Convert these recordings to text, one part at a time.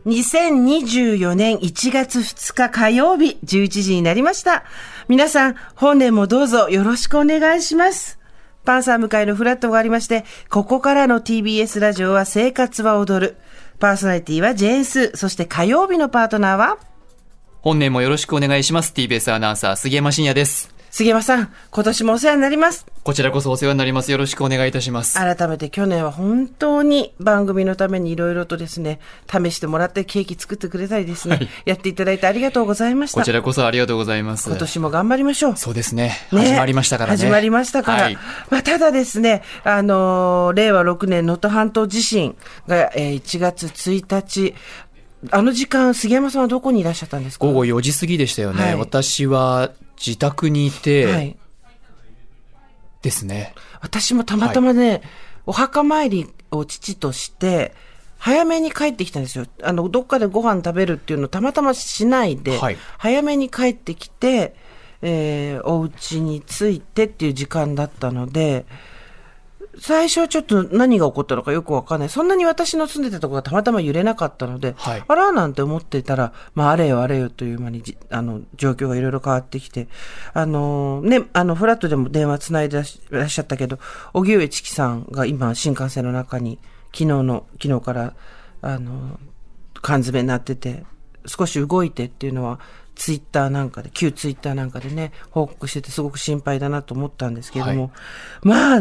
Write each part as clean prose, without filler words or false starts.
2024年1月2日火曜日11時になりました。皆さん、本年もどうぞよろしくお願いします。パンサー向かいのフラットがありまして、ここからの TBS ラジオは生活は踊る。パーソナリティはジェーンス。そして火曜日のパートナーは本年もよろしくお願いします。TBS アナウンサー杉山真也です。 杉山さん、今年もお世話になります。 こちらこそお世話になります。よろしくお願いいたします。 改めて去年は本当に番組のためにいろいろとですね、試してもらってケーキ作ってくれたりですね、はい、やっていただいてありがとうございました。 こちらこそありがとうございます。 今年も頑張りましょう。 そうですね。始まりましたからね。 始まりましたから。はい、ただですね、令和6年能登半島地震が、1月1日、あの時間、杉山さんはどこにいらっしゃったんですか？ 午後4時過ぎでしたよね。はい、私は自宅にいて、はいですね。 私もたまたまね、はい、お墓参りを父として早めに帰ってきたんですよ。どっかでご飯食べるっていうのをたまたましないで、はい、早めに帰ってきて、お家に着いてっていう時間だったので、最初はちょっと何が起こったのかよくわかんない。そんなに私の住んでたところがたまたま揺れなかったので、はい、あらなんて思ってたら、あれよあれよという間に状況がいろいろ変わってきて、フラットでも電話つないでらっしゃったけど、荻上チキさんが今新幹線の中に昨日から缶詰になってて、少し動いてっていうのはツイッターなんかで、旧ツイッターなんかでね報告しててすごく心配だなと思ったんですけれども、はい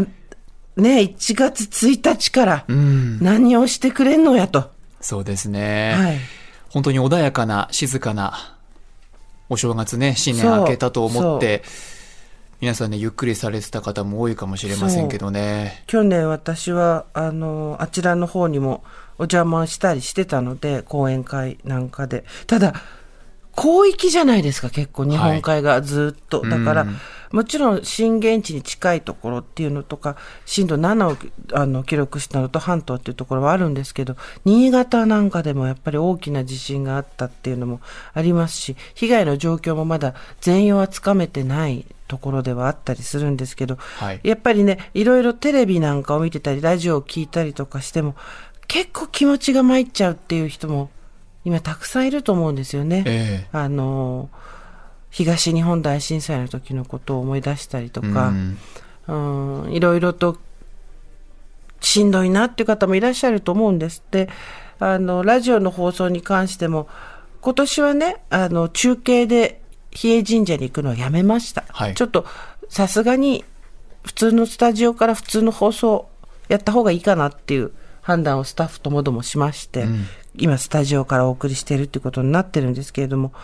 、1月1日から何をしてくれんのやと。 そうですね、 はい、本当に穏やかな静かなお正月ね、新年明けたと思って皆さんねゆっくりされてた方も多いかもしれませんけどね。 去年私はあちらの方にもお邪魔したりしてたので、講演会なんかで。ただ広域じゃないですか、結構日本海側ずっと、はい、だからもちろん震源地に近いところっていうのとか、震度7を記録したのと半島っていうところはあるんですけど、新潟なんかでもやっぱり大きな地震があったっていうのもありますし、被害の状況もまだ全容はつかめてないところではあったりするんですけど、はい、やっぱりね、いろいろテレビなんかを見てたりラジオを聞いたりとかしても結構気持ちが参っちゃうっていう人も今たくさんいると思うんですよね。東日本大震災の時のことを思い出したりとか、いろいろとしんどいなっていう方もいらっしゃると思うんですって。ラジオの放送に関しても今年はね、中継で比叡神社に行くのはやめました。はい、ちょっとさすがに普通のスタジオから普通の放送やった方がいいかなっていう判断をスタッフともどもしまして、今スタジオからお送りしているっていうことになってるんですけれども、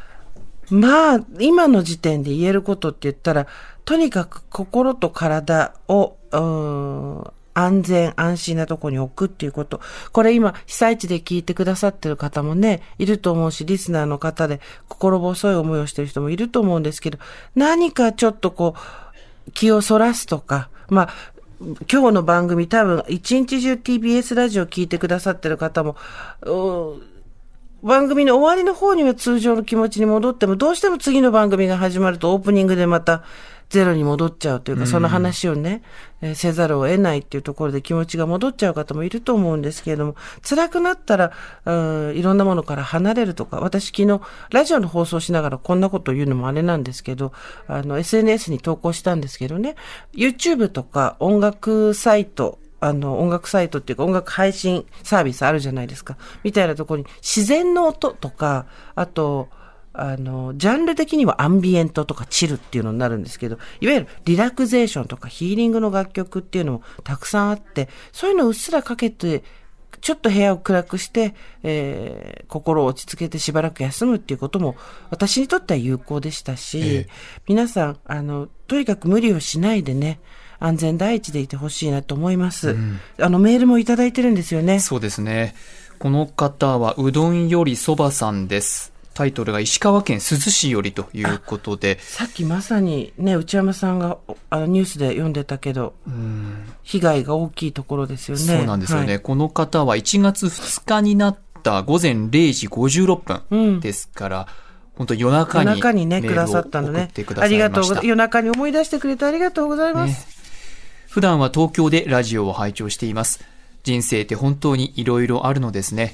今の時点で言えることって言ったら、とにかく心と体を安全安心なところに置くっていうこと。これ今被災地で聞いてくださってる方もねいると思うし、リスナーの方で心細い思いをしてる人もいると思うんですけど、何かちょっと気をそらすとか、今日の番組多分一日中 TBS ラジオ聞いてくださってる方も番組の終わりの方には通常の気持ちに戻っても、どうしても次の番組が始まるとオープニングでまたゼロに戻っちゃうというか、その話をね、せざるを得ないっていうところで気持ちが戻っちゃう方もいると思うんですけれども、辛くなったらいろんなものから離れるとか、私昨日ラジオの放送しながらこんなことを言うのもあれなんですけど、SNS に投稿したんですけどね、 YouTube とか音楽サイトっていうか音楽配信サービスあるじゃないですか、みたいなところに自然の音とか、あとジャンル的にはアンビエントとかチルっていうのになるんですけど、いわゆるリラクゼーションとかヒーリングの楽曲っていうのもたくさんあって、そういうのをうっすらかけてちょっと部屋を暗くして、心を落ち着けてしばらく休むっていうことも私にとっては有効でしたし、皆さんとにかく無理をしないでね、安全第一でいてほしいなと思います。メールもいただいてるんですよね。 そうですね。この方はうどんよりそばさんです。タイトルが石川県珠洲市よりということで、 さっきまさにね内山さんがニュースで読んでたけど、被害が大きいところですよね。 そうなんですよね、はい、この方は1月2日になった午前0時56分ですから、本当夜中にねくださったのね。ありがとうございます。夜中に思い出してくれてありがとうございます、ね。 普段は東京でラジオを拝聴しています。人生って本当にいろいろあるのですね。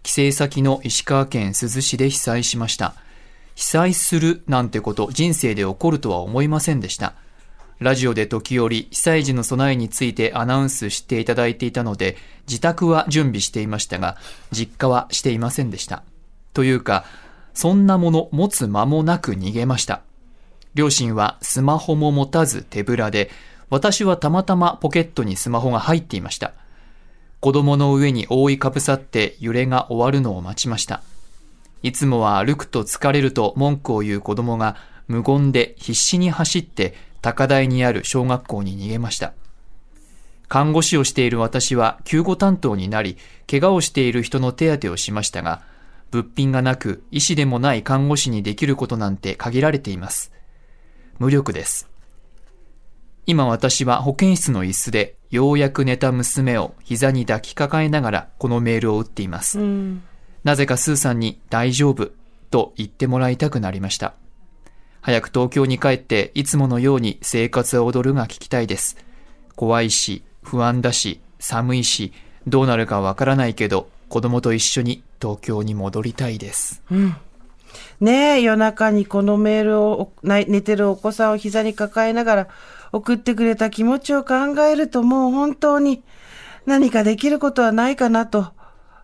帰省先の石川県珠洲市で被災しました。被災するなんてこと人生で起こるとは思いませんでした。ラジオで時折被災時の備えについてアナウンスしていただいていたので、自宅は準備していましたが実家はしていませんでした。というか、そんなもの持つ間もなく逃げました。両親はスマホも持たず手ぶらで、私はたまたまポケットにスマホが入っていました。子供の上に覆いかぶさって揺れが終わるのを待ちました。いつもは歩くと疲れると文句を言う子供が無言で必死に走って高台にある小学校に逃げました。看護師をしている私は救護担当になり、怪我をしている人の手当てをしましたが、物品がなく医師でもない看護師にできることなんて限られています。無力です。今私は保健室の椅子でようやく寝た娘を膝に抱きかかえながらこのメールを打っています。なぜかスーさんに大丈夫と言ってもらいたくなりました。早く東京に帰っていつものように生活は踊るが聞きたいです。怖いし不安だし寒いしどうなるかわからないけど、子供と一緒に東京に戻りたいです。 ねえ、夜中にこのメールを寝てるお子さんを膝に抱えながら送ってくれた気持ちを考えると、もう本当に何かできることはないかなと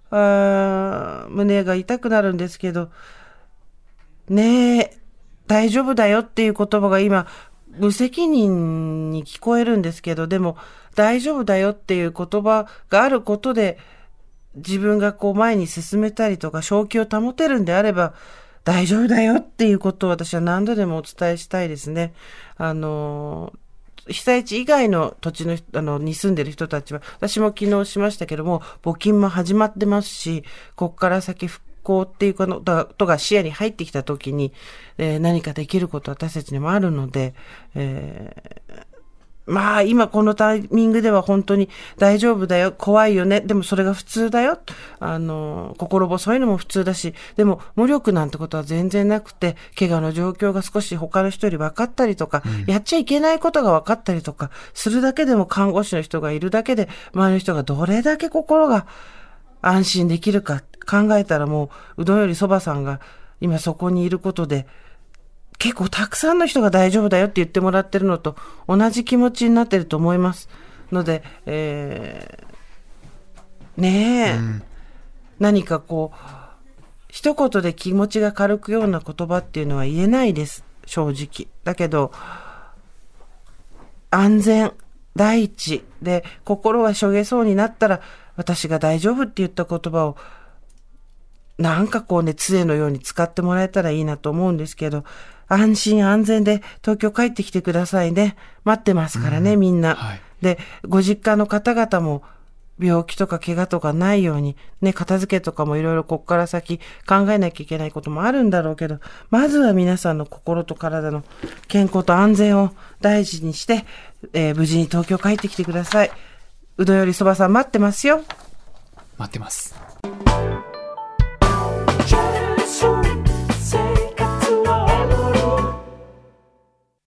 胸が痛くなるんですけどね。え、大丈夫だよっていう言葉が今無責任に聞こえるんですけど、でも大丈夫だよっていう言葉があることで自分がこう前に進めたりとか正気を保てるんであれば、大丈夫だよっていうことを私は何度でもお伝えしたいですね。被災地以外の土地のに住んでる人たちは、私も昨日しましたけども、募金も始まってますし、ここから先復興っていうことが視野に入ってきたときに、何かできることは私たちにもあるので、まあ今このタイミングでは本当に大丈夫だよ、怖いよね、でもそれが普通だよ、心細いのも普通だし、でも無力なんてことは全然なくて、怪我の状況が少し他の人より分かったりとか、やっちゃいけないことが分かったりとかするだけでも、看護師の人がいるだけで周りの人がどれだけ心が安心できるか考えたら、もううどんよりそばさんが今そこにいることで結構たくさんの人が大丈夫だよって言ってもらってるのと同じ気持ちになってると思いますので、何かこう一言で気持ちが軽くような言葉っていうのは言えないです、正直。だけど安全第一で、心はしょげそうになったら私が大丈夫って言った言葉をなんかこうね、杖のように使ってもらえたらいいなと思うんですけど、安心安全で東京帰ってきてくださいね。待ってますからね、みんな。で、ご実家の方々も病気とか怪我とかないように、ね、片付けとかもいろいろこっから先考えなきゃいけないこともあるんだろうけど、まずは皆さんの心と体の健康と安全を大事にして、無事に東京帰ってきてください。うどんよりそばさん待ってますよ。 待ってます。